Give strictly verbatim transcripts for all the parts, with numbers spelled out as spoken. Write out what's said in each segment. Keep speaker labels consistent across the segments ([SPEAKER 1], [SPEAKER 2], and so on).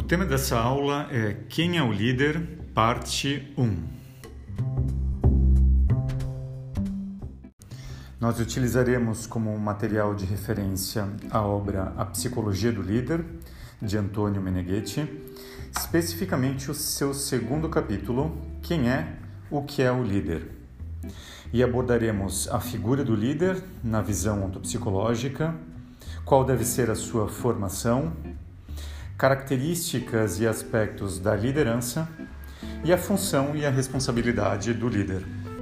[SPEAKER 1] tema dessa aula é Quem é o líder? Parte um. Nós utilizaremos como material de referência a obra A Psicologia do Líder, de Antonio Meneghetti, especificamente o seu segundo capítulo, Quem é, o que é o líder? E abordaremos a figura do líder na visão ontopsicológica, qual deve ser a sua formação, características e aspectos da liderança e a função e a responsabilidade do líder.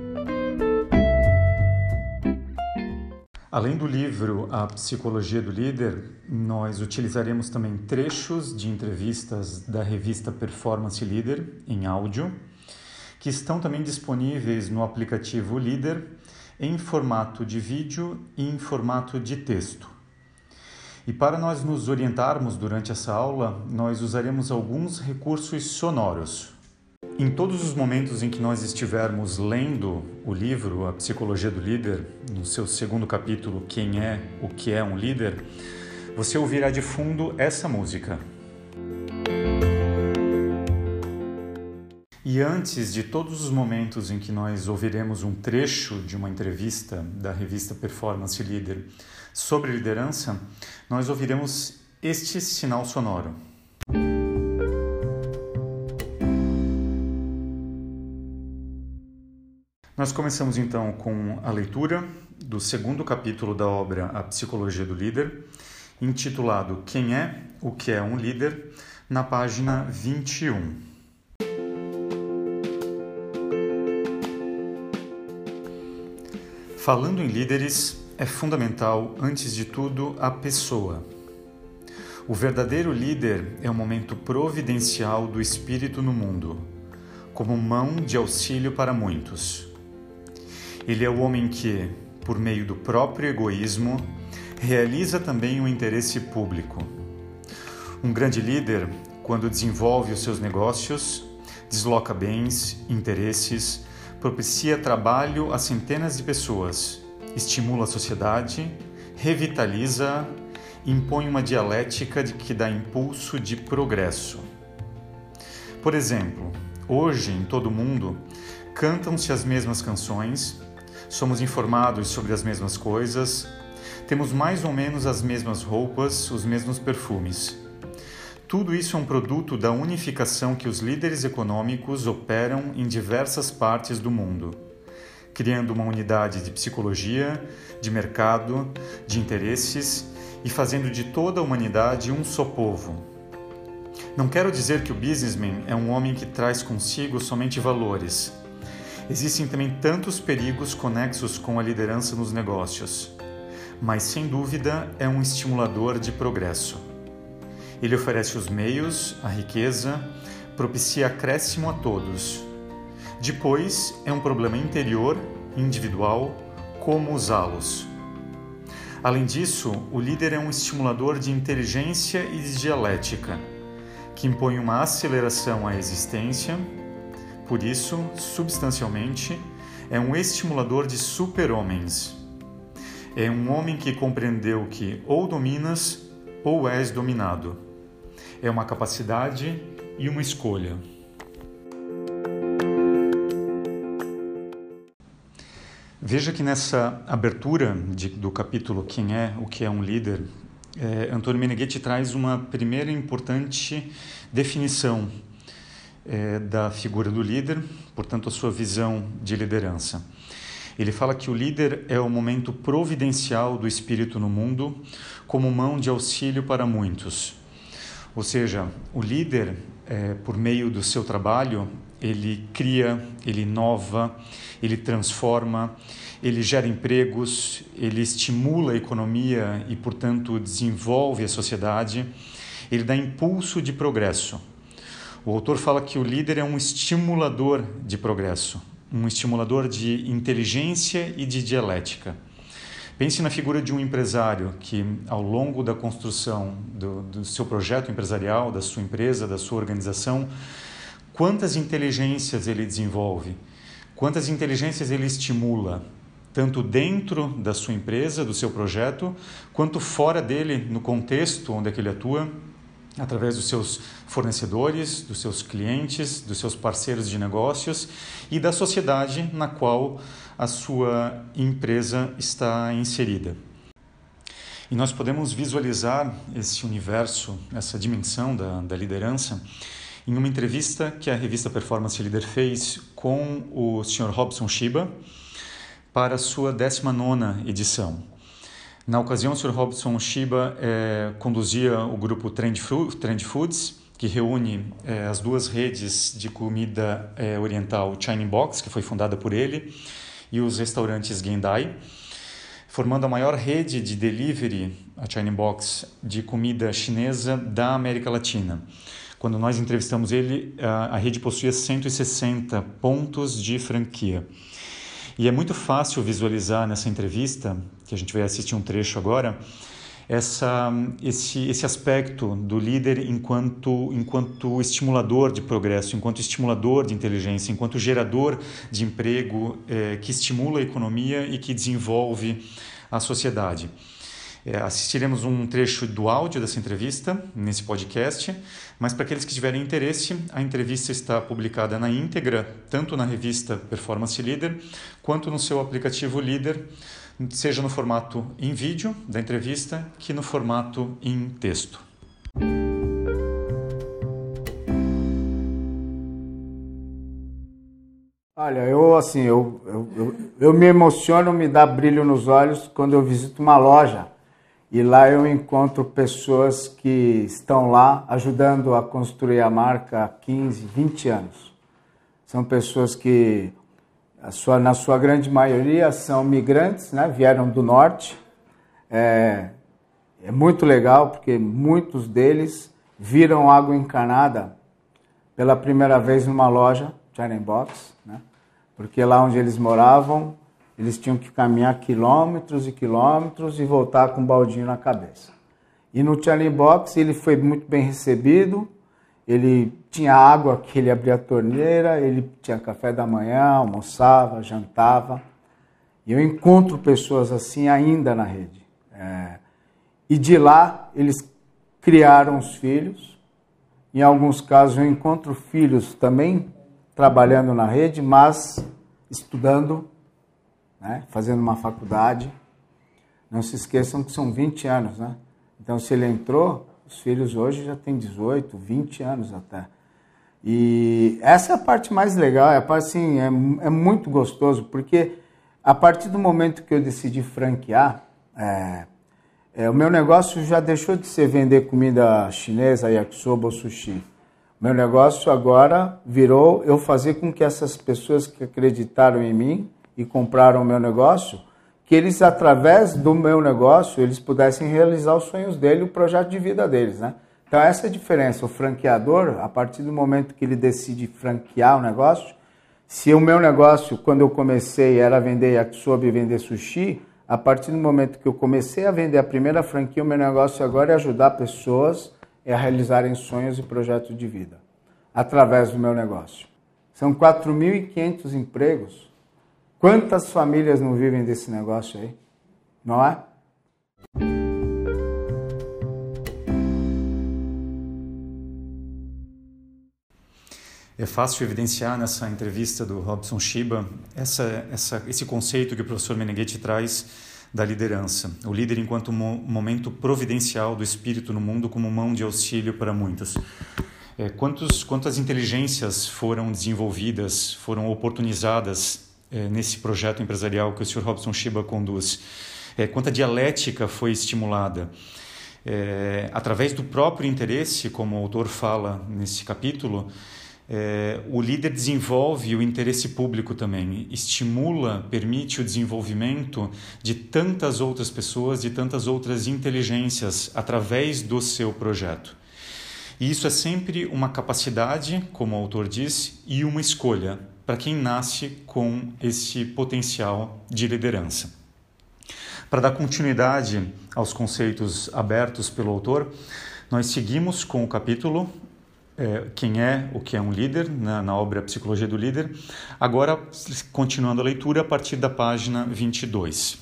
[SPEAKER 1] Além do livro A Psicologia do Líder, nós utilizaremos também trechos de entrevistas da revista Performance Leader em áudio, que estão também disponíveis no aplicativo Líder em formato de vídeo e em formato de texto. E para nós nos orientarmos durante essa aula, nós usaremos alguns recursos sonoros. Em todos os momentos em que nós estivermos lendo o livro A Psicologia do Líder, no seu segundo capítulo, Quem é, o que é um líder, você ouvirá de fundo essa música. E antes de todos os momentos em que nós ouviremos um trecho de uma entrevista da revista Performance Leader sobre liderança, nós ouviremos este sinal sonoro. Nós começamos então com a leitura do segundo capítulo da obra A Psicologia do Líder, intitulado Quem é, o que é um líder, na página vinte e um. Falando em líderes, é fundamental, antes de tudo, a pessoa. O verdadeiro líder é o momento providencial do espírito no mundo, como mão de auxílio para muitos. Ele é o homem que, por meio do próprio egoísmo, realiza também o interesse público. Um grande líder, quando desenvolve os seus negócios, desloca bens, interesses, propicia trabalho a centenas de pessoas, estimula a sociedade, revitaliza, impõe uma dialética de que dá impulso de progresso. Por exemplo, hoje em todo o mundo cantam-se as mesmas canções, somos informados sobre as mesmas coisas, temos mais ou menos as mesmas roupas, os mesmos perfumes. Tudo isso é um produto da unificação que os líderes econômicos operam em diversas partes do mundo, criando uma unidade de psicologia, de mercado, de interesses e fazendo de toda a humanidade um só povo. Não quero dizer que o businessman é um homem que traz consigo somente valores. Existem também tantos perigos conexos com a liderança nos negócios, mas sem dúvida é um estimulador de progresso. Ele oferece os meios, a riqueza, propicia acréscimo a todos. Depois, é um problema interior, individual, como usá-los. Além disso, o líder é um estimulador de inteligência e de dialética, que impõe uma aceleração à existência. Por isso, substancialmente, é um estimulador de super-homens. É um homem que compreendeu que ou dominas ou és dominado. É uma capacidade e uma escolha. Veja que nessa abertura de, do capítulo Quem é, o que é um líder, é, Antonio Meneghetti traz uma primeira importante definição é, da figura do líder, portanto a sua visão de liderança. Ele fala que o líder é o momento providencial do espírito no mundo como mão de auxílio para muitos. Ou seja, o líder, é, por meio do seu trabalho, ele cria, ele inova, ele transforma, ele gera empregos, ele estimula a economia e, portanto, desenvolve a sociedade, ele dá impulso de progresso. O autor fala que o líder é um estimulador de progresso, um estimulador de inteligência e de dialética. Pense na figura de um empresário que, ao longo da construção do, do seu projeto empresarial, da sua empresa, da sua organização, quantas inteligências ele desenvolve, quantas inteligências ele estimula, tanto dentro da sua empresa, do seu projeto, quanto fora dele, no contexto onde é que ele atua, através dos seus fornecedores, dos seus clientes, dos seus parceiros de negócios e da sociedade na qual a sua empresa está inserida. E nós podemos visualizar esse universo, essa dimensão da, da liderança, em uma entrevista que a revista Performance Leader fez com o senhor Robson Shiba para a sua décima nona edição. Na ocasião, o senhor Robson Shiba eh, conduzia o grupo Trend, Fru- Trend Foods, que reúne eh, as duas redes de comida eh, oriental China Box, que foi fundada por ele, e os restaurantes Gendai, formando a maior rede de delivery, a China Box, de comida chinesa da América Latina. Quando nós entrevistamos ele, a, a rede possuía cento e sessenta pontos de franquia. E é muito fácil visualizar nessa entrevista, que a gente vai assistir um trecho agora, essa, esse, esse aspecto do líder enquanto, enquanto estimulador de progresso, enquanto estimulador de inteligência, enquanto gerador de emprego eh, que estimula a economia e que desenvolve a sociedade. É, assistiremos um trecho do áudio dessa entrevista nesse podcast, mas para aqueles que tiverem interesse, a entrevista está publicada na íntegra, tanto na revista Performance Leader, quanto no seu aplicativo Leader, seja no formato em vídeo da entrevista, que no formato em texto.
[SPEAKER 2] Olha, eu assim, eu, eu, eu, eu me emociono, me dá brilho nos olhos quando eu visito uma loja. E lá eu encontro pessoas que estão lá ajudando a construir a marca há quinze, vinte anos. São pessoas que, a sua, na sua grande maioria, são migrantes, né? Vieram do norte. É, é muito legal porque muitos deles viram água encanada pela primeira vez numa loja, China Box, né? Porque lá onde eles moravam, eles tinham que caminhar quilômetros e quilômetros e voltar com um baldinho na cabeça. E no China Box ele foi muito bem recebido, ele tinha água que ele abria a torneira, ele tinha café da manhã, almoçava, jantava. E eu encontro pessoas assim ainda na rede. É, e de lá eles criaram os filhos. Em alguns casos eu encontro filhos também trabalhando na rede, mas estudando, né, fazendo uma faculdade. Não se esqueçam que são vinte anos, né? Então, se ele entrou, os filhos hoje já têm dezoito, vinte anos até. E essa é a parte mais legal, é a parte, assim, é, é muito gostoso, porque a partir do momento que eu decidi franquear, é, é, o meu negócio já deixou de ser vender comida chinesa, yakisoba ou sushi. O meu negócio agora virou eu fazer com que essas pessoas que acreditaram em mim e compraram o meu negócio, que eles, através do meu negócio, eles pudessem realizar os sonhos dele, o projeto de vida deles, né? Então, essa é a diferença. O franqueador, a partir do momento que ele decide franquear o negócio, se o meu negócio, quando eu comecei, era vender yakisoba e vender sushi, a partir do momento que eu comecei a vender a primeira franquia, o meu negócio agora é ajudar pessoas a realizarem sonhos e projetos de vida, através do meu negócio. São quatro mil e quinhentos empregos. Quantas famílias não vivem desse negócio aí? Não é?
[SPEAKER 1] É fácil evidenciar nessa entrevista do Robson Shiba essa, essa, esse conceito que o professor Meneghetti traz da liderança. O líder enquanto mo- momento providencial do espírito no mundo como mão de auxílio para muitos. É, quantos, quantas inteligências foram desenvolvidas, foram oportunizadas é, nesse projeto empresarial que o senhor Robson Shiba conduz? É, quanta dialética foi estimulada? É, através do próprio interesse, como o autor fala nesse capítulo, É, o líder desenvolve o interesse público também, estimula, permite o desenvolvimento de tantas outras pessoas, de tantas outras inteligências através do seu projeto. E isso é sempre uma capacidade, como o autor diz, e uma escolha para quem nasce com esse potencial de liderança. Para dar continuidade aos conceitos abertos pelo autor, nós seguimos com o capítulo É, quem é o que é um líder, na, na obra Psicologia do Líder. Agora, continuando a leitura a partir da página vinte e dois.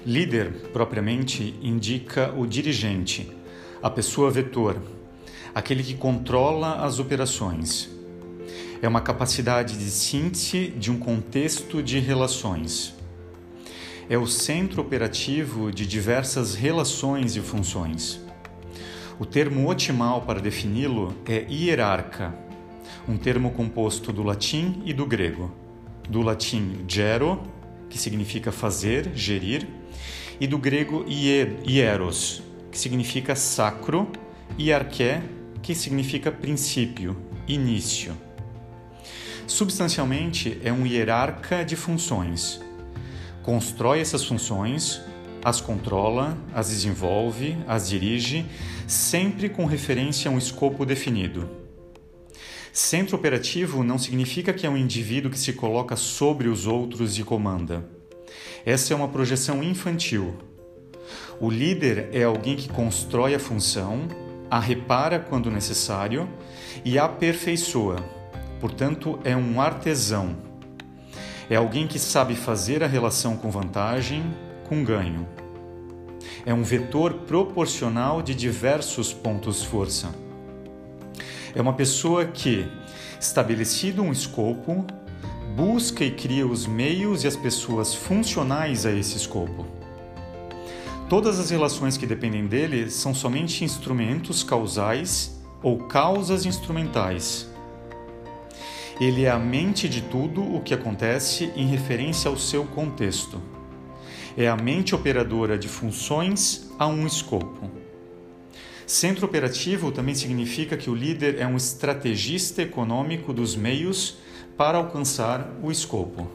[SPEAKER 1] Líder, propriamente, indica o dirigente, a pessoa vetor, aquele que controla as operações. É uma capacidade de síntese de um contexto de relações. É o centro operativo de diversas relações e funções. O termo otimal para defini-lo é hierarca, um termo composto do latim e do grego. Do latim gero, que significa fazer, gerir, e do grego hieros, que significa sacro, e arché, que significa princípio, início. Substancialmente, é um hierarca de funções. Constrói essas funções, as controla, as desenvolve, as dirige, sempre com referência a um escopo definido. Centro operativo não significa que é um indivíduo que se coloca sobre os outros e comanda. Essa é uma projeção infantil. O líder é alguém que constrói a função, a repara quando necessário e a aperfeiçoa. Portanto, é um artesão. É alguém que sabe fazer a relação com vantagem, com ganho. É um vetor proporcional de diversos pontos-força. É uma pessoa que, estabelecido um escopo, busca e cria os meios e as pessoas funcionais a esse escopo. Todas as relações que dependem dele são somente instrumentos causais ou causas instrumentais. Ele é a mente de tudo o que acontece em referência ao seu contexto. É a mente operadora de funções a um escopo. Centro operativo também significa que o líder é um estrategista econômico dos meios para alcançar o escopo.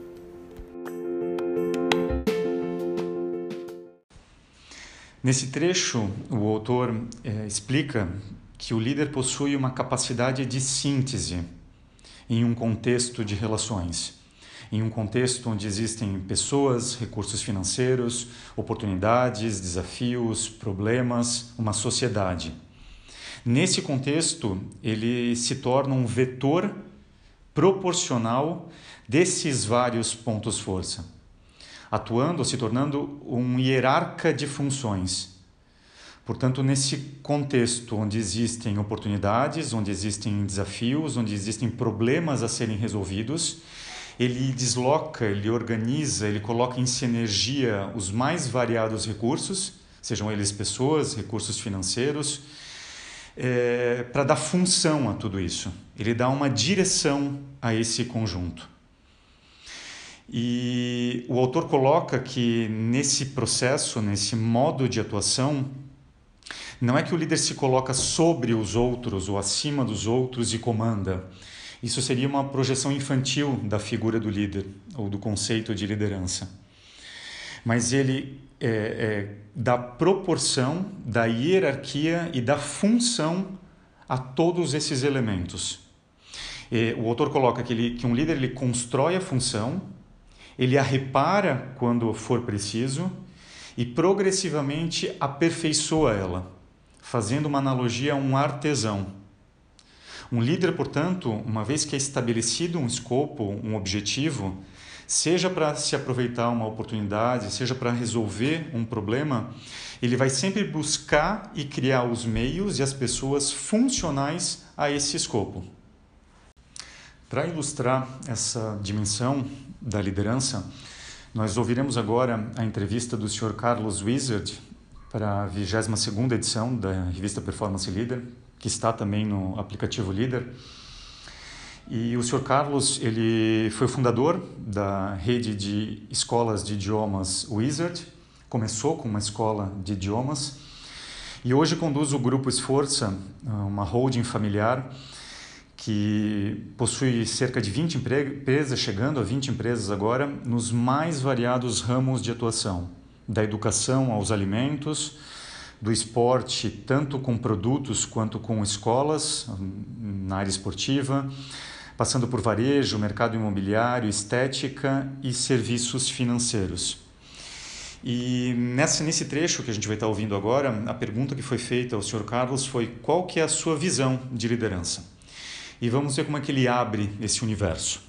[SPEAKER 1] Nesse trecho, o autor é, explica que o líder possui uma capacidade de síntese em um contexto de relações, em um contexto onde existem pessoas, recursos financeiros, oportunidades, desafios, problemas, uma sociedade. Nesse contexto, ele se torna um vetor proporcional desses vários pontos-força, atuando, se tornando um hierarca de funções. Portanto, nesse contexto onde existem oportunidades, onde existem desafios, onde existem problemas a serem resolvidos, ele desloca, ele organiza, ele coloca em sinergia os mais variados recursos, sejam eles pessoas, recursos financeiros, é, para dar função a tudo isso. Ele dá uma direção a esse conjunto. E o autor coloca que nesse processo, nesse modo de atuação, não é que o líder se coloca sobre os outros ou acima dos outros e comanda. Isso seria uma projeção infantil da figura do líder ou do conceito de liderança. Mas ele é, é, dá proporção, da hierarquia e da função a todos esses elementos. E o autor coloca que, ele, que um líder ele constrói a função, ele a repara quando for preciso e progressivamente aperfeiçoa ela, fazendo uma analogia a um artesão. Um líder, portanto, uma vez que é estabelecido um escopo, um objetivo, seja para se aproveitar uma oportunidade, seja para resolver um problema, ele vai sempre buscar e criar os meios e as pessoas funcionais a esse escopo. Para ilustrar essa dimensão da liderança, nós ouviremos agora a entrevista do senhor Carlos Wizard para a vigésima segunda edição da revista Performance Leader, que está também no aplicativo Líder. E o senhor Carlos, ele foi fundador da rede de escolas de idiomas Wizard, começou com uma escola de idiomas e hoje conduz o Grupo Esforça, uma holding familiar que possui cerca de vinte empresas, chegando a vinte empresas agora, nos mais variados ramos de atuação, da educação aos alimentos, do esporte, tanto com produtos quanto com escolas, na área esportiva, passando por varejo, mercado imobiliário, estética e serviços financeiros. E nessa, nesse trecho que a gente vai estar ouvindo agora, a pergunta que foi feita ao senhor Carlos foi: qual que é a sua visão de liderança? E vamos ver como é que ele abre esse universo.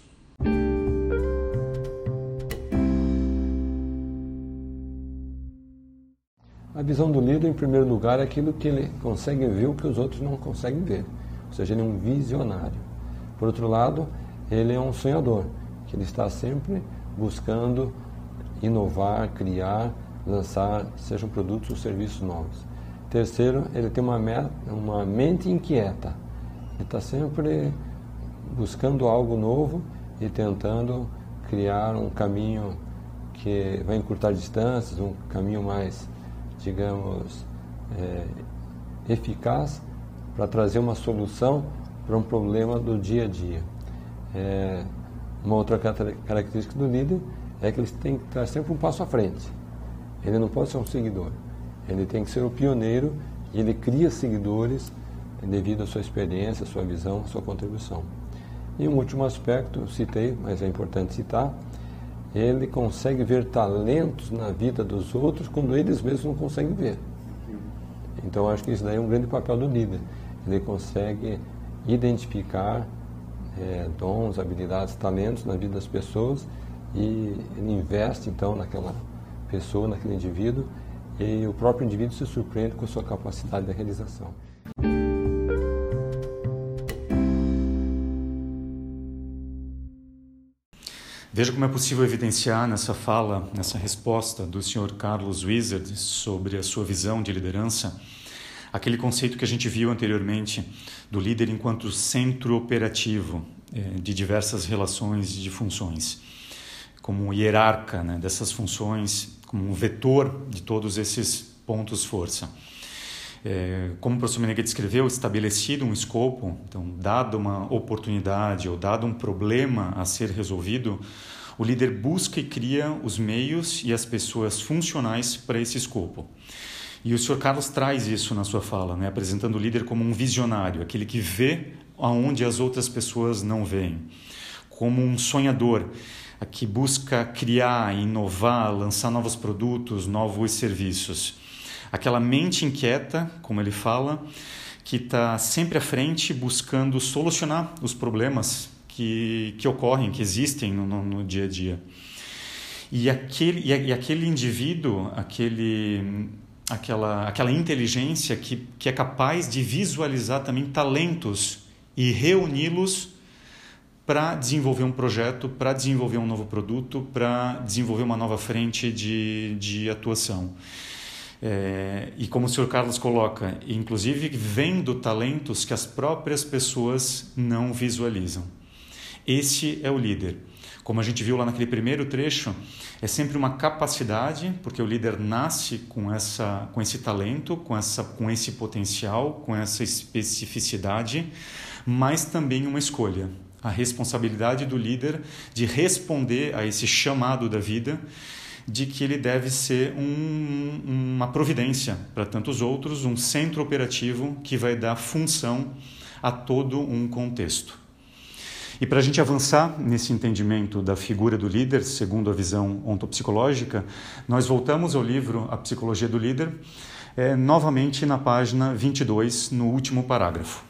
[SPEAKER 3] A visão do líder, em primeiro lugar, é aquilo que ele consegue ver o que os outros não conseguem ver. Ou seja, ele é um visionário. Por outro lado, ele é um sonhador, que ele está sempre buscando inovar, criar, lançar, sejam produtos ou serviços novos. Terceiro, ele tem uma, uma mente inquieta. Ele está sempre buscando algo novo e tentando criar um caminho que vai encurtar distâncias, um caminho mais, digamos, é, eficaz para trazer uma solução para um problema do dia a dia. É, uma outra característica do líder é que ele tem que estar sempre um passo à frente. Ele não pode ser um seguidor. Ele tem que ser o pioneiro e ele cria seguidores devido à sua experiência, à sua visão, à sua contribuição. E um último aspecto, eu citei, mas é importante citar, ele consegue ver talentos na vida dos outros quando eles mesmos não conseguem ver. Então, acho que isso daí é um grande papel do líder. Ele consegue identificar é, dons, habilidades, talentos na vida das pessoas e ele investe, então, naquela pessoa, naquele indivíduo, e o próprio indivíduo se surpreende com a sua capacidade de realização.
[SPEAKER 1] Veja como é possível evidenciar nessa fala, nessa resposta do senhor Carlos Wizard sobre a sua visão de liderança, aquele conceito que a gente viu anteriormente do líder enquanto centro operativo de diversas relações e de funções, como um hierarca, né, dessas funções, como um vetor de todos esses pontos força. É, como o professor Meneghetti descreveu, estabelecido um escopo, então, dado uma oportunidade ou dado um problema a ser resolvido, o líder busca e cria os meios e as pessoas funcionais para esse escopo. E o senhor Carlos traz isso na sua fala, né, apresentando o líder como um visionário, aquele que vê aonde as outras pessoas não veem, como um sonhador, que busca criar, inovar, lançar novos produtos, novos serviços. Aquela mente inquieta, como ele fala, que está sempre à frente buscando solucionar os problemas que, que ocorrem, que existem no, no, no dia a dia. E aquele, e, e aquele indivíduo, aquele, aquela, aquela inteligência que, que é capaz de visualizar também talentos e reuni-los para desenvolver um projeto, para desenvolver um novo produto, para desenvolver uma nova frente de, de atuação. É, e como o senhor Carlos coloca, inclusive vendo talentos que as próprias pessoas não visualizam. Esse é o líder. Como a gente viu lá naquele primeiro trecho, é sempre uma capacidade, porque o líder nasce com, essa, com esse talento, com, essa, com esse potencial, com essa especificidade, mas também uma escolha. A responsabilidade do líder de responder a esse chamado da vida, de que ele deve ser um, uma providência para tantos outros, um centro operativo que vai dar função a todo um contexto. E para a gente avançar nesse entendimento da figura do líder, segundo a visão ontopsicológica, nós voltamos ao livro A Psicologia do Líder, é, novamente na página vinte e dois, no último parágrafo.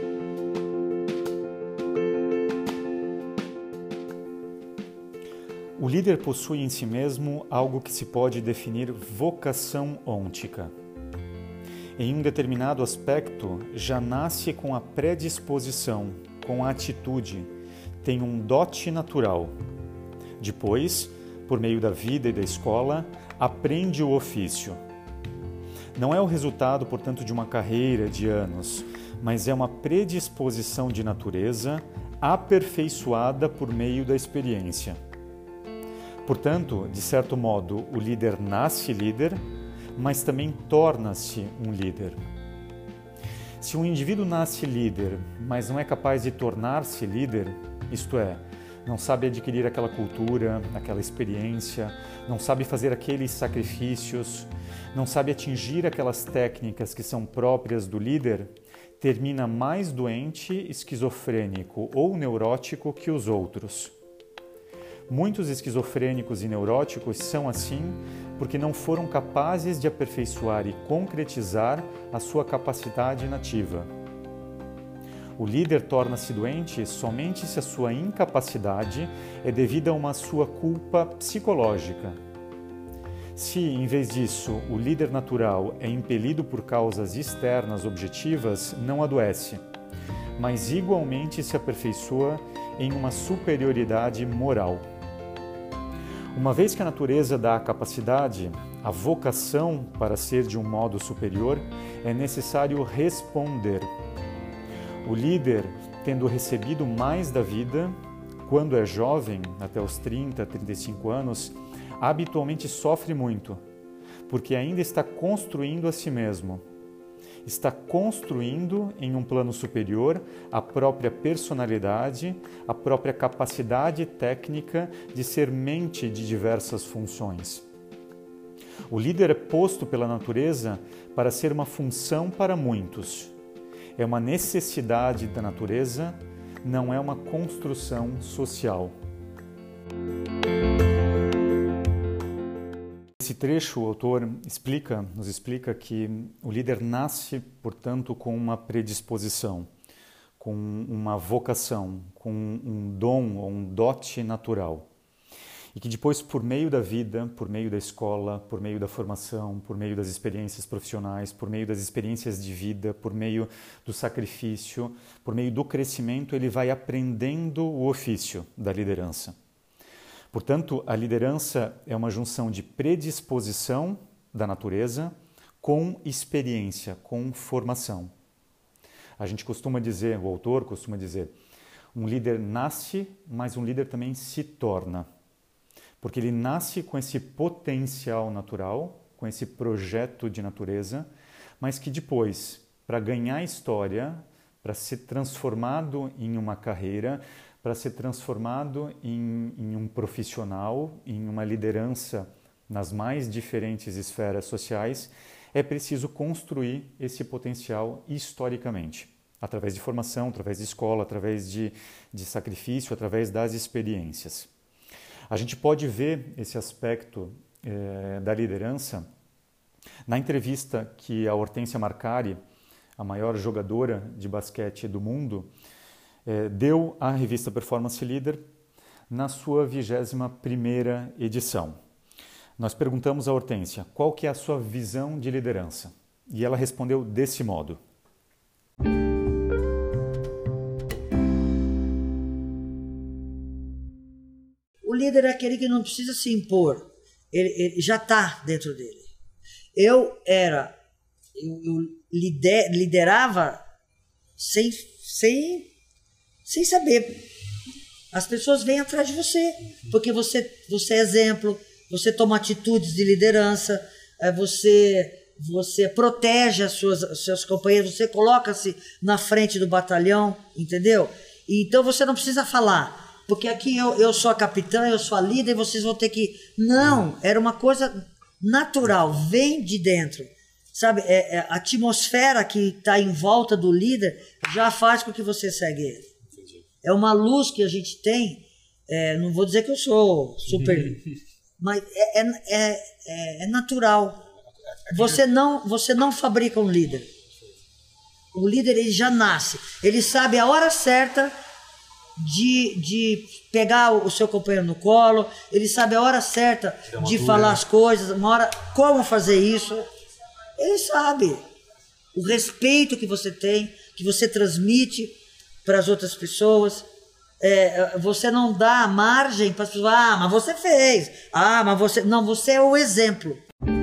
[SPEAKER 1] O líder possui em si mesmo algo que se pode definir vocação ôntica. Em um determinado aspecto, já nasce com a predisposição, com a atitude, tem um dote natural. Depois, por meio da vida e da escola, aprende o ofício. Não é o resultado, portanto, de uma carreira de anos, mas é uma predisposição de natureza aperfeiçoada por meio da experiência. Portanto, de certo modo, o líder nasce líder, mas também torna-se um líder. Se um indivíduo nasce líder, mas não é capaz de tornar-se líder, isto é, não sabe adquirir aquela cultura, aquela experiência, não sabe fazer aqueles sacrifícios, não sabe atingir aquelas técnicas que são próprias do líder, termina mais doente, esquizofrênico ou neurótico que os outros. Muitos esquizofrênicos e neuróticos são assim porque não foram capazes de aperfeiçoar e concretizar a sua capacidade nativa. O líder torna-se doente somente se a sua incapacidade é devida a uma sua culpa psicológica. Se, em vez disso, o líder natural é impelido por causas externas objetivas, não adoece, mas igualmente se aperfeiçoa em uma superioridade moral. Uma vez que a natureza dá a capacidade, a vocação para ser de um modo superior, é necessário responder. O líder, tendo recebido mais da vida, quando é jovem, até os trinta, trinta e cinco anos, habitualmente sofre muito, porque ainda está construindo a si mesmo. Está construindo em um plano superior a própria personalidade, a própria capacidade técnica de ser mente de diversas funções. O líder é posto pela natureza para ser uma função para muitos. É uma necessidade da natureza, não é uma construção social. Nesse trecho, o autor explica, nos explica que o líder nasce, portanto, com uma predisposição, com uma vocação, com um dom ou um dote natural. E que depois, por meio da vida, por meio da escola, por meio da formação, por meio das experiências profissionais, por meio das experiências de vida, por meio do sacrifício, por meio do crescimento, ele vai aprendendo o ofício da liderança. Portanto, a liderança é uma junção de predisposição da natureza com experiência, com formação. A gente costuma dizer, o autor costuma dizer, um líder nasce, mas um líder também se torna. Porque ele nasce com esse potencial natural, com esse projeto de natureza, mas que depois, para ganhar história, para ser transformado em uma carreira, para ser transformado em, em um profissional, em uma liderança nas mais diferentes esferas sociais, é preciso construir esse potencial historicamente, através de formação, através de escola, através de, de sacrifício, através das experiências. A gente pode ver esse aspecto eh, da liderança na entrevista que a Hortência Marcari, a maior jogadora de basquete do mundo, eh, deu à revista Performance Leader na sua vigésima primeira edição. Nós perguntamos à Hortência qual que é a sua visão de liderança e ela respondeu desse modo.
[SPEAKER 4] O líder é aquele que não precisa se impor, ele, ele já está dentro dele. Eu era, eu, eu lider, liderava sem, sem, sem saber. As pessoas vêm atrás de você, porque você, você é exemplo, você toma atitudes de liderança, você, você protege as suas, os seus companheiros, você coloca-se na frente do batalhão, entendeu? Então você não precisa falar. Porque aqui eu, eu sou a capitã, eu sou a líder e vocês vão ter que... Não, era uma coisa natural, vem de dentro. Sabe, é, é, a atmosfera que está em volta do líder já faz com que você segue ele. Entendi. É uma luz que a gente tem, é, não vou dizer que eu sou super... mas é, é, é, é natural. Você não, você não fabrica um líder. O líder ele já nasce, ele sabe a hora certa... De, de pegar o seu companheiro no colo, ele sabe a hora certa de falar as coisas, uma hora, como fazer isso. Ele sabe o respeito que você tem, que você transmite para as outras pessoas. É, você não dá margem para as pessoas, ah, mas você fez, ah, mas você... Não, você é o exemplo.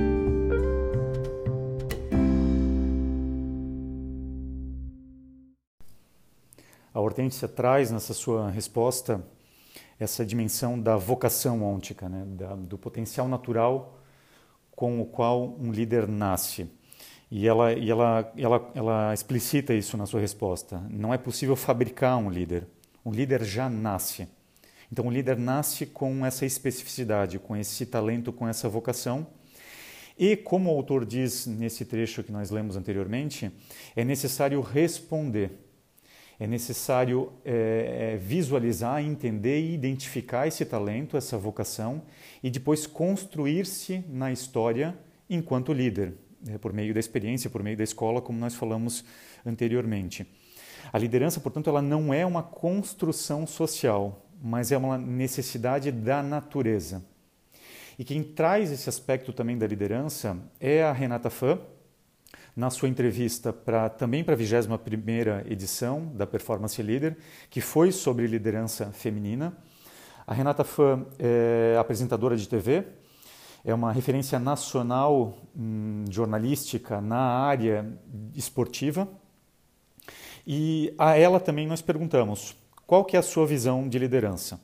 [SPEAKER 1] A Hortência traz nessa sua resposta essa dimensão da vocação ôntica, né? da, do potencial natural com o qual um líder nasce. E, ela, e ela, ela, ela explicita isso na sua resposta. Não é possível fabricar um líder. Um líder já nasce. Então o líder nasce com essa especificidade, com esse talento, com essa vocação. E, como o autor diz nesse trecho que nós lemos anteriormente, é necessário responder. É necessário é, visualizar, entender e identificar esse talento, essa vocação, e depois construir-se na história enquanto líder, é, por meio da experiência, por meio da escola, como nós falamos anteriormente. A liderança, portanto, ela não é uma construção social, mas é uma necessidade da natureza. E quem traz esse aspecto também da liderança é a Renata Fã, na sua entrevista pra, também para a vigésima primeira edição da Performance Leader, que foi sobre liderança feminina. A Renata Fã é apresentadora de T V, é uma referência nacional hum, jornalística na área esportiva. E a ela também nós perguntamos qual que é a sua visão de liderança.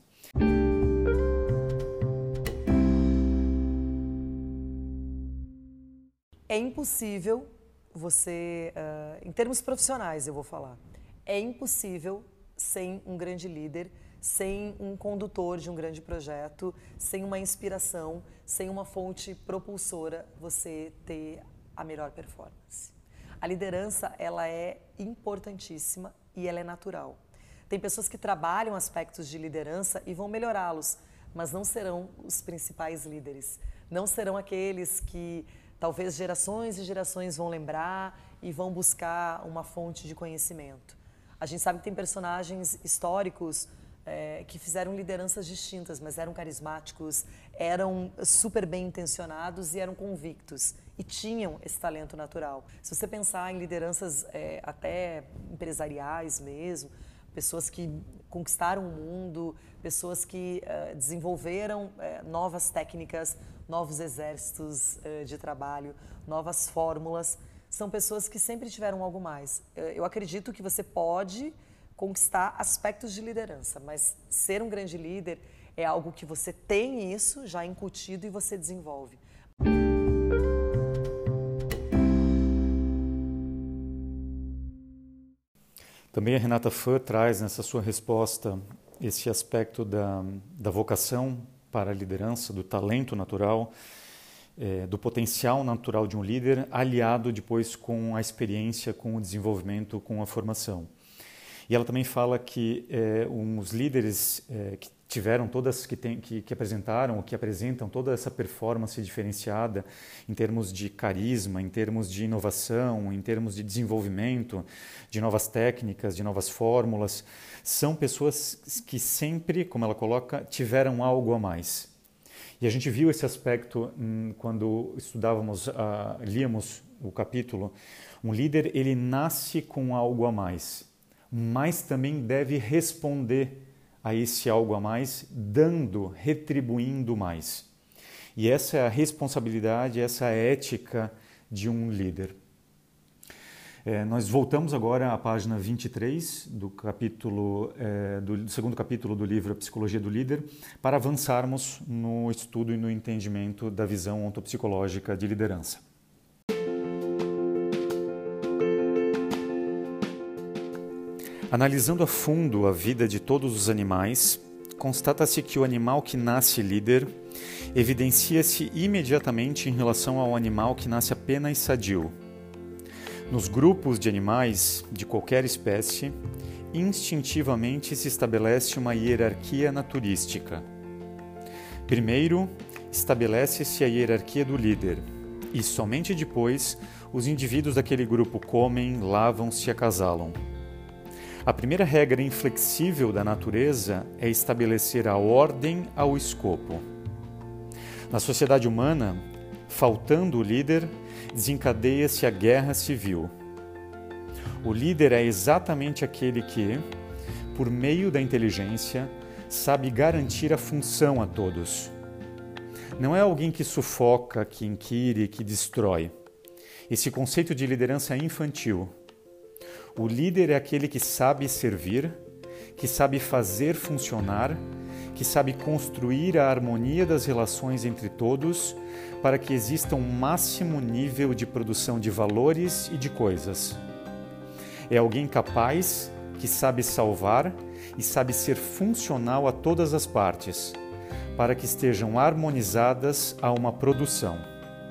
[SPEAKER 5] É impossível você, uh, em termos profissionais eu vou falar, é impossível sem um grande líder, sem um condutor de um grande projeto, sem uma inspiração, sem uma fonte propulsora, você ter a melhor performance. A liderança, ela é importantíssima e ela é natural. Tem pessoas que trabalham aspectos de liderança e vão melhorá-los, mas não serão os principais líderes. Não serão aqueles que talvez gerações e gerações vão lembrar e vão buscar uma fonte de conhecimento. A gente sabe que tem personagens históricos é, que fizeram lideranças distintas, mas eram carismáticos, eram super bem intencionados e eram convictos. E tinham esse talento natural. Se você pensar em lideranças é, até empresariais mesmo, pessoas que conquistaram o mundo, pessoas que uh, desenvolveram uh, novas técnicas, novos exércitos uh, de trabalho, novas fórmulas, são pessoas que sempre tiveram algo mais. Uh, eu acredito que você pode conquistar aspectos de liderança, mas ser um grande líder é algo que você tem isso já incutido e você desenvolve.
[SPEAKER 1] Também a Renata Fã traz nessa sua resposta esse aspecto da, da vocação para a liderança, do talento natural, é, do potencial natural de um líder, aliado depois com a experiência, com o desenvolvimento, com a formação. E ela também fala que é, uns líderes é, que tiveram todas, que, tem, que, que apresentaram, ou que apresentam toda essa performance diferenciada em termos de carisma, em termos de inovação, em termos de desenvolvimento, de novas técnicas, de novas fórmulas, são pessoas que sempre, como ela coloca, tiveram algo a mais. E a gente viu esse aspecto hum, quando estudávamos, uh, líamos o capítulo. Um líder, ele nasce com algo a mais, mas também deve responder a esse algo a mais, dando, retribuindo mais. E essa é a responsabilidade, essa é a ética de um líder. É, nós voltamos agora à página vinte e três do, capítulo, é, do, do segundo capítulo do livro A Psicologia do Líder, para avançarmos no estudo e no entendimento da visão ontopsicológica de liderança. Analisando a fundo a vida de todos os animais, constata-se que o animal que nasce líder evidencia-se imediatamente em relação ao animal que nasce apenas sadio. Nos grupos de animais de qualquer espécie, instintivamente se estabelece uma hierarquia naturística. Primeiro, estabelece-se a hierarquia do líder, e somente depois os indivíduos daquele grupo comem, lavam-se e acasalam. A primeira regra inflexível da natureza é estabelecer a ordem ao escopo. Na sociedade humana, faltando o líder, desencadeia-se a guerra civil. O líder é exatamente aquele que, por meio da inteligência, sabe garantir a função a todos. Não é alguém que sufoca, que inquire, que destrói. Esse conceito de liderança é infantil. O líder é aquele que sabe servir, que sabe fazer funcionar, que sabe construir a harmonia das relações entre todos para que exista um máximo nível de produção de valores e de coisas. É alguém capaz, que sabe salvar e sabe ser funcional a todas as partes, para que estejam harmonizadas a uma produção.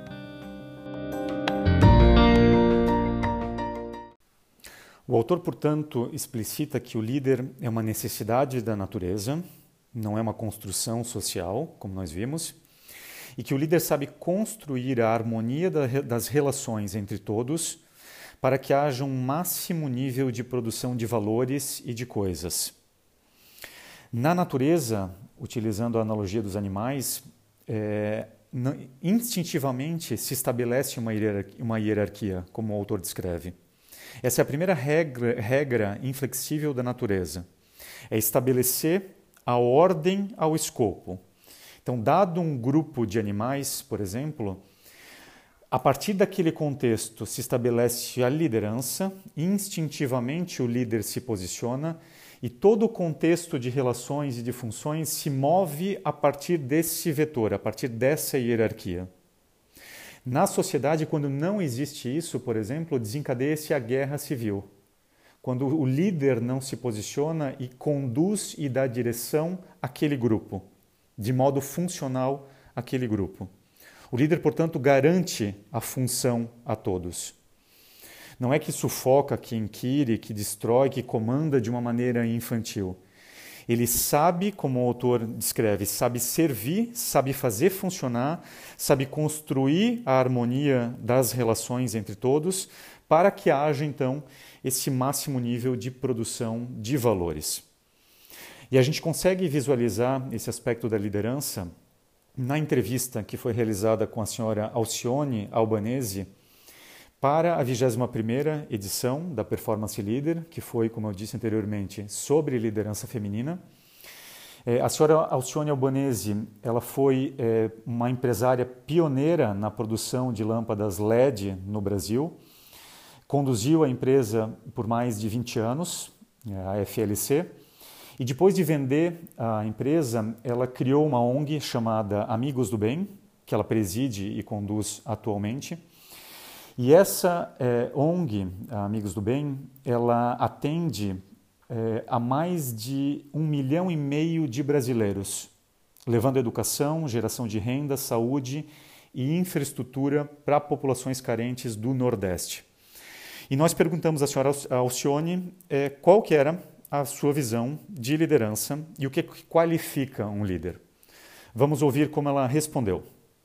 [SPEAKER 1] O autor, portanto, explicita que o líder é uma necessidade da natureza, não é uma construção social, como nós vimos, e que o líder sabe construir a harmonia das relações entre todos para que haja um máximo nível de produção de valores e de coisas. Na natureza, utilizando a analogia dos animais, é, não, instintivamente se estabelece uma hierarquia, uma hierarquia, como o autor descreve. Essa é a primeira regra, regra inflexível da natureza. É estabelecer a ordem ao escopo. Então, dado um grupo de animais, por exemplo, a partir daquele contexto se estabelece a liderança, instintivamente o líder se posiciona e todo o contexto de relações e de funções se move a partir desse vetor, a partir dessa hierarquia. Na sociedade, quando não existe isso, por exemplo, desencadeia-se a guerra civil. Quando o líder não se posiciona e conduz e dá direção àquele grupo, de modo funcional àquele grupo. O líder, portanto, garante a função a todos. Não é que sufoca, que inquire, que destrói, que comanda de uma maneira infantil. Ele sabe, como o autor descreve, sabe servir, sabe fazer funcionar, sabe construir a harmonia das relações entre todos, para que haja, então, esse máximo nível de produção de valores. E a gente consegue visualizar esse aspecto da liderança na entrevista que foi realizada com a senhora Alcione Albanese para a vigésima primeira edição da Performance Leader, que foi, como eu disse anteriormente, sobre liderança feminina. É, a senhora Alcione Albanese, ela foi é, uma empresária pioneira na produção de lâmpadas L E D no Brasil, conduziu a empresa por mais de vinte anos, a F L C, e depois de vender a empresa, ela criou uma O N G chamada Amigos do Bem, que ela preside e conduz atualmente. E essa eh, O N G, Amigos do Bem, ela atende eh, a mais de um milhão e meio de brasileiros, levando educação, geração de renda, saúde e infraestrutura para populações carentes do Nordeste. E nós perguntamos à senhora Alcione eh, qual que era a sua visão de liderança e o que qualifica um líder. Vamos ouvir como ela respondeu.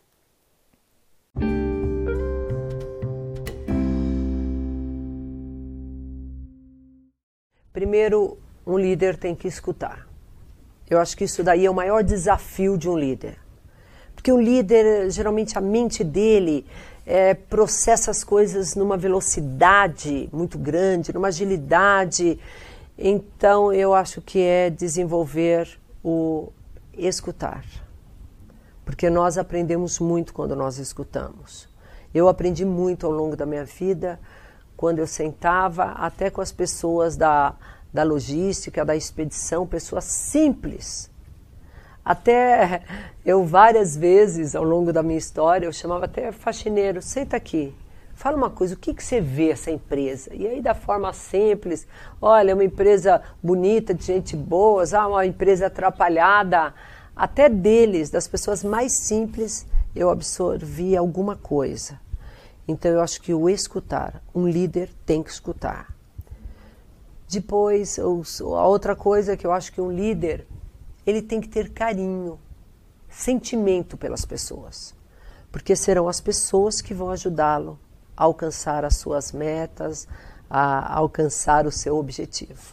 [SPEAKER 6] Primeiro, um líder tem que escutar. Eu acho que isso daí é o maior desafio de um líder. Porque o líder, geralmente a mente dele é, processa as coisas numa velocidade muito grande, numa agilidade. Então, eu acho que é desenvolver o escutar. Porque nós aprendemos muito quando nós escutamos. Eu aprendi muito ao longo da minha vida, quando eu sentava até com as pessoas da, da logística, da expedição, pessoas simples. Até eu várias vezes ao longo da minha história, eu chamava até faxineiro, senta aqui, fala uma coisa, o que, que você vê essa empresa? E aí da forma simples, olha, uma empresa bonita, de gente boa, ah, uma empresa atrapalhada, até deles, das pessoas mais simples, eu absorvi alguma coisa. Então, eu acho que o escutar, um líder tem que escutar. Depois, a outra coisa que eu acho que um líder, ele tem que ter carinho, sentimento pelas pessoas. Porque serão as pessoas que vão ajudá-lo a alcançar as suas metas, a alcançar o seu objetivo.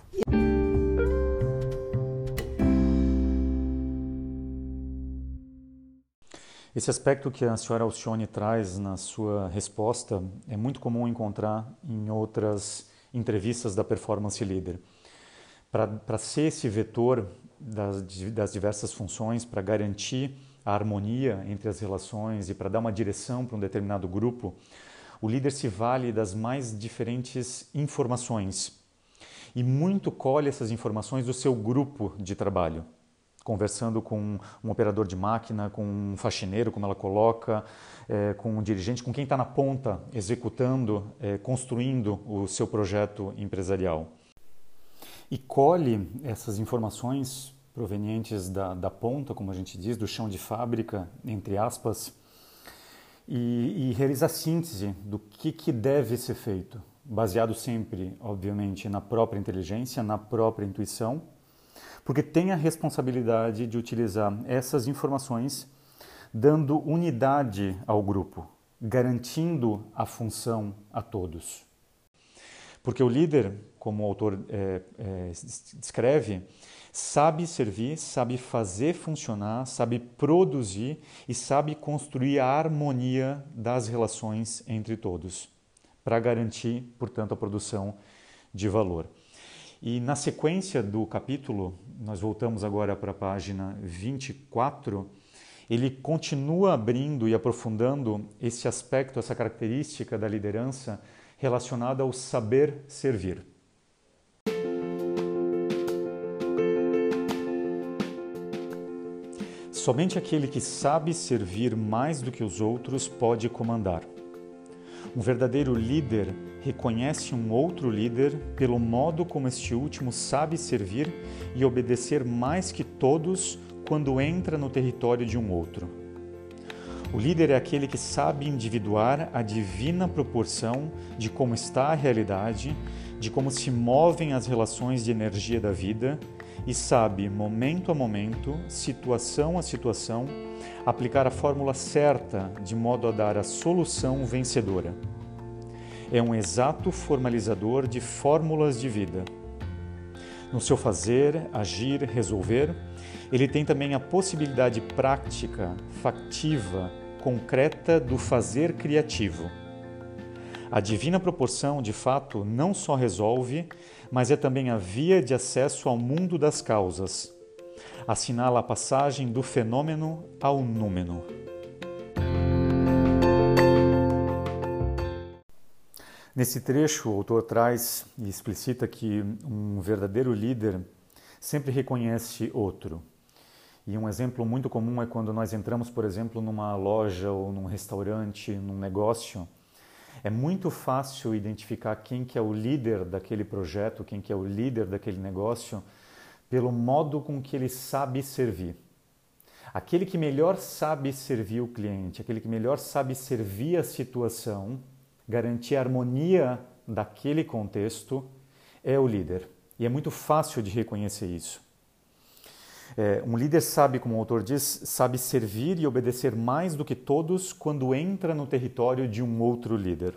[SPEAKER 1] Esse aspecto que a senhora Alcione traz na sua resposta é muito comum encontrar em outras entrevistas da Performance Leader. Para ser esse vetor das, das diversas funções, para garantir a harmonia entre as relações e para dar uma direção para um determinado grupo, o líder se vale das mais diferentes informações e muito colhe essas informações do seu grupo de trabalho. Conversando com um operador de máquina, com um faxineiro, como ela coloca, é, com um dirigente, com quem está na ponta, executando, é, construindo o seu projeto empresarial. E colhe essas informações provenientes da, da ponta, como a gente diz, do chão de fábrica, entre aspas, e, e realiza a síntese do que, que deve ser feito, baseado sempre, obviamente, na própria inteligência, na própria intuição, porque tem a responsabilidade de utilizar essas informações dando unidade ao grupo, garantindo a função a todos. Porque o líder, como o autor é, é, descreve, Sabe servir, sabe fazer funcionar, sabe produzir e sabe construir a harmonia das relações entre todos, para garantir, portanto, a produção de valor. E na sequência do capítulo, nós voltamos agora para a página vinte e quatro, ele continua abrindo e aprofundando esse aspecto, essa característica da liderança relacionada ao saber servir. Somente aquele que sabe servir mais do que os outros pode comandar. Um verdadeiro líder reconhece um outro líder pelo modo como este último sabe servir e obedecer mais que todos quando entra no território de um outro. O líder é aquele que sabe individuar a divina proporção de como está a realidade, de como se movem as relações de energia da vida e sabe, momento a momento, situação a situação, aplicar a fórmula certa de modo a dar a solução vencedora. É um exato formalizador de fórmulas de vida. No seu fazer, agir, resolver, ele tem também a possibilidade prática, factiva, concreta do fazer criativo. A divina proporção, de fato, não só resolve, mas é também a via de acesso ao mundo das causas. Assinala a passagem do fenômeno ao númeno. Nesse trecho, o autor traz e explicita que um verdadeiro líder sempre reconhece outro. E um exemplo muito comum é quando nós entramos, por exemplo, numa loja ou num restaurante, num negócio. É muito fácil identificar quem que é o líder daquele projeto, quem que é o líder daquele negócio, pelo modo com que ele sabe servir. Aquele que melhor sabe servir o cliente, aquele que melhor sabe servir a situação, garantir a harmonia daquele contexto, é o líder. E é muito fácil de reconhecer isso. É, um líder sabe, como o autor diz, sabe servir e obedecer mais do que todos quando entra no território de um outro líder.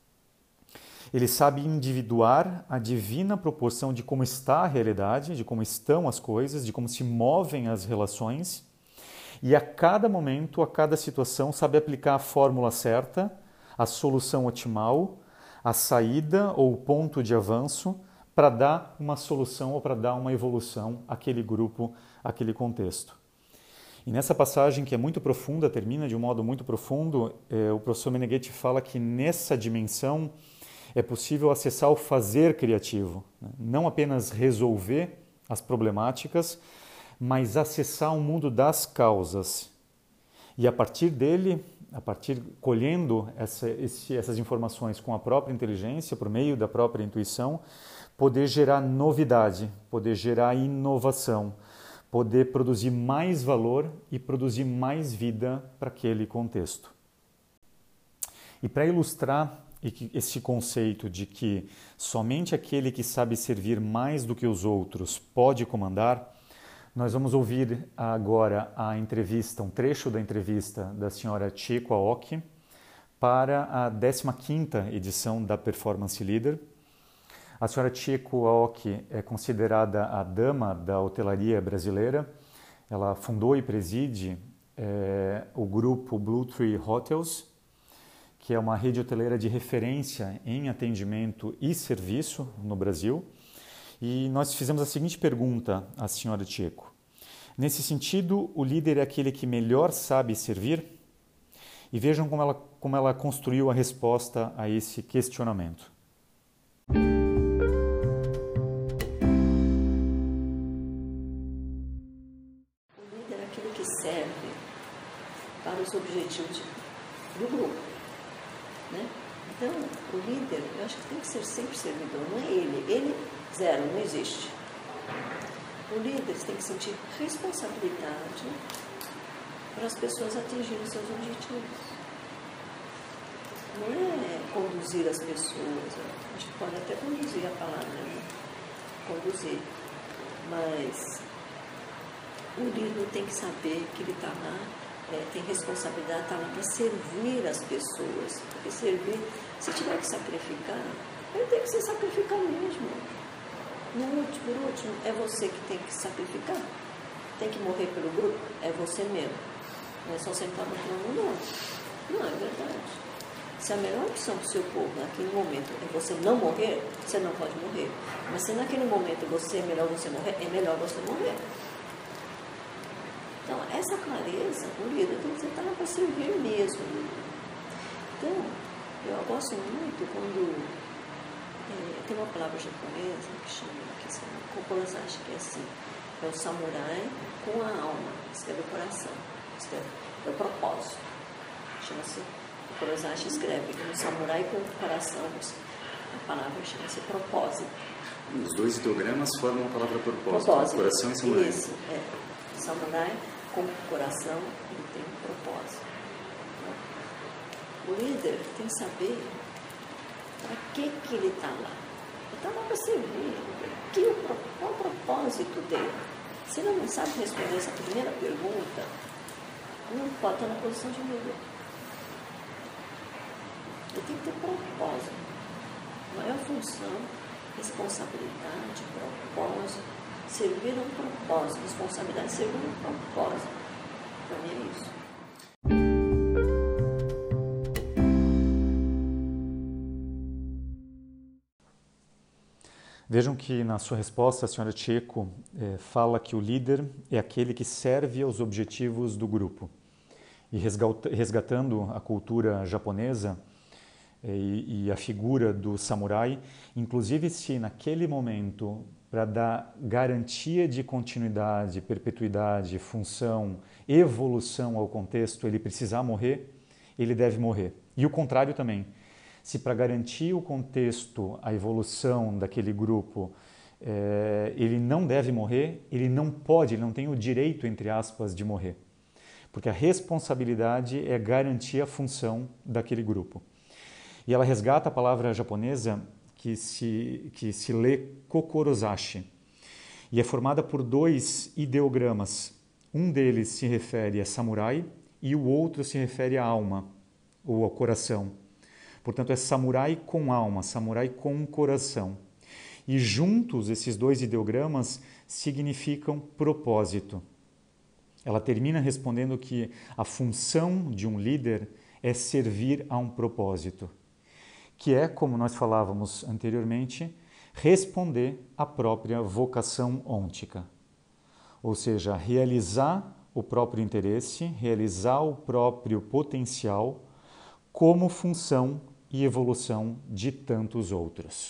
[SPEAKER 1] Ele sabe individuar a divina proporção de como está a realidade, de como estão as coisas, de como se movem as relações, e a cada momento, a cada situação, sabe aplicar a fórmula certa, a solução otimal, a saída ou o ponto de avanço para dar uma solução ou para dar uma evolução àquele grupo, àquele contexto. E nessa passagem, que é muito profunda, termina de um modo muito profundo, eh, o professor Meneghetti fala que nessa dimensão é possível acessar o fazer criativo, né? Não apenas resolver as problemáticas, mas acessar o mundo das causas. E a partir dele, a partir colhendo essa, esse, essas informações com a própria inteligência, por meio da própria intuição, poder gerar novidade, poder gerar inovação, poder produzir mais valor e produzir mais vida para aquele contexto. E para ilustrar esse conceito de que somente aquele que sabe servir mais do que os outros pode comandar, nós vamos ouvir agora a entrevista, um trecho da entrevista da senhora Chieko Aoki para a décima quinta edição da Performance Leader. A senhora Chieko Aoki é considerada a dama da hotelaria brasileira. Ela fundou e preside é, o grupo Blue Tree Hotels, que é uma rede hoteleira de referência em atendimento e serviço no Brasil. E nós fizemos a seguinte pergunta à senhora Chieko. Nesse sentido, o líder é aquele que melhor sabe servir? E vejam como ela, como ela construiu a resposta a esse questionamento.
[SPEAKER 7] Os objetivos do grupo, né? Então, o líder, eu acho que tem que ser sempre servidor, não é ele. Ele, zero, não existe. O líder tem que sentir responsabilidade para as pessoas atingirem seus objetivos. Não é conduzir as pessoas, a gente pode até conduzir a palavra, né? Conduzir, mas o líder tem que saber que ele está lá, É, tem responsabilidade, está lá para servir as pessoas. Porque servir, se tiver que sacrificar, ele tem que se sacrificar mesmo. No último, por último, é você que tem que sacrificar. Tem que morrer pelo grupo, é você mesmo. Não é só sentar no trono, não. Não, é verdade. Se a melhor opção para o seu povo naquele momento é você não morrer, você não pode morrer. Mas se naquele momento você é melhor você morrer, é melhor você morrer. Então, essa clareza, o líder tem que estar lá para servir mesmo. Então, eu gosto muito quando é, tem uma palavra japonesa que chama, que se chama kokorozashi, que é assim, é o samurai com a alma, escreve o coração, escreve, é o propósito, chama-se, o kokorozashi escreve, o samurai com o coração, a palavra chama-se propósito.
[SPEAKER 1] Os dois ideogramas formam a palavra propósito,
[SPEAKER 7] propósito.
[SPEAKER 1] Coração e samurai.
[SPEAKER 7] Isso, é, samurai com o coração, ele tem um propósito. O líder tem que saber para que, que ele está lá. Ele está lá para servir. Que, qual o propósito dele? Se ele não sabe responder essa primeira pergunta, não pode estar na posição de líder. Ele tem que ter propósito. Maior função, responsabilidade, propósito. Servir a um propósito. Responsabilidade, servir a um propósito. Para mim é isso.
[SPEAKER 1] Vejam que na sua resposta a senhora Chieko eh, fala que o líder é aquele que serve aos objetivos do grupo. E resgatando a cultura japonesa eh, e, e a figura do samurai, inclusive se naquele momento, para dar garantia de continuidade, perpetuidade, função, evolução ao contexto, ele precisar morrer, ele deve morrer. E o contrário também. Se para garantir o contexto, a evolução daquele grupo, é, ele não deve morrer, ele não pode, ele não tem o direito, entre aspas, de morrer. Porque a responsabilidade é garantir a função daquele grupo. E ela resgata a palavra japonesa que se, que se lê kokorozashi. E é formada por dois ideogramas. Um deles se refere a samurai e o outro se refere à alma, ou ao coração. Portanto, é samurai com alma, samurai com coração. E juntos, esses dois ideogramas significam propósito. Ela termina respondendo que a função de um líder é servir a um propósito, que é, como nós falávamos anteriormente, responder à própria vocação ôntica. Ou seja, realizar o próprio interesse, realizar o próprio potencial como função e evolução de tantos outros.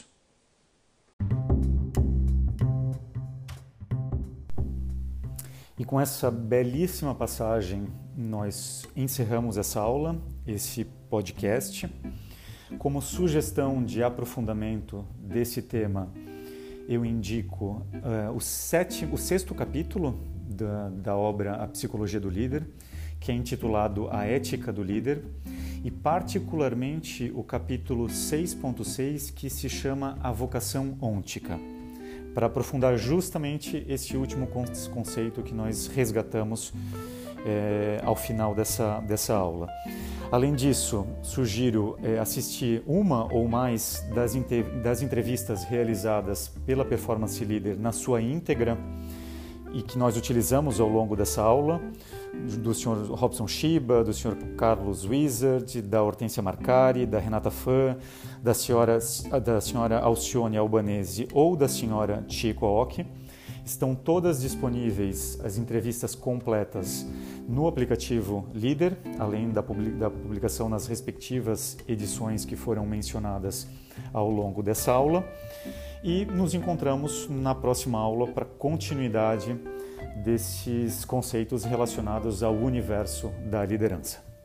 [SPEAKER 1] E com essa belíssima passagem, nós encerramos essa aula, esse podcast. Como sugestão de aprofundamento desse tema, eu indico uh, o, sétimo, o sexto capítulo da, da obra A Psicologia do Líder, que é intitulado A Ética do Líder, e particularmente o capítulo seis ponto seis, que se chama A Vocação Ôntica, para aprofundar justamente esse último conceito que nós resgatamos é, ao final dessa, dessa aula. Além disso, sugiro é, assistir uma ou mais das, das entrevistas realizadas pela Performance Leader na sua íntegra e que nós utilizamos ao longo dessa aula, do senhor Robson Shiba, do senhor Carlos Wizard, da Hortência Marcari, da Renata Fã, da senhora, da senhora Alcione Albanese ou da senhora Chieko Aoki. Estão todas disponíveis as entrevistas completas no aplicativo Líder, além da publicação nas respectivas edições que foram mencionadas ao longo dessa aula. E nos encontramos na próxima aula para continuidade desses conceitos relacionados ao universo da liderança.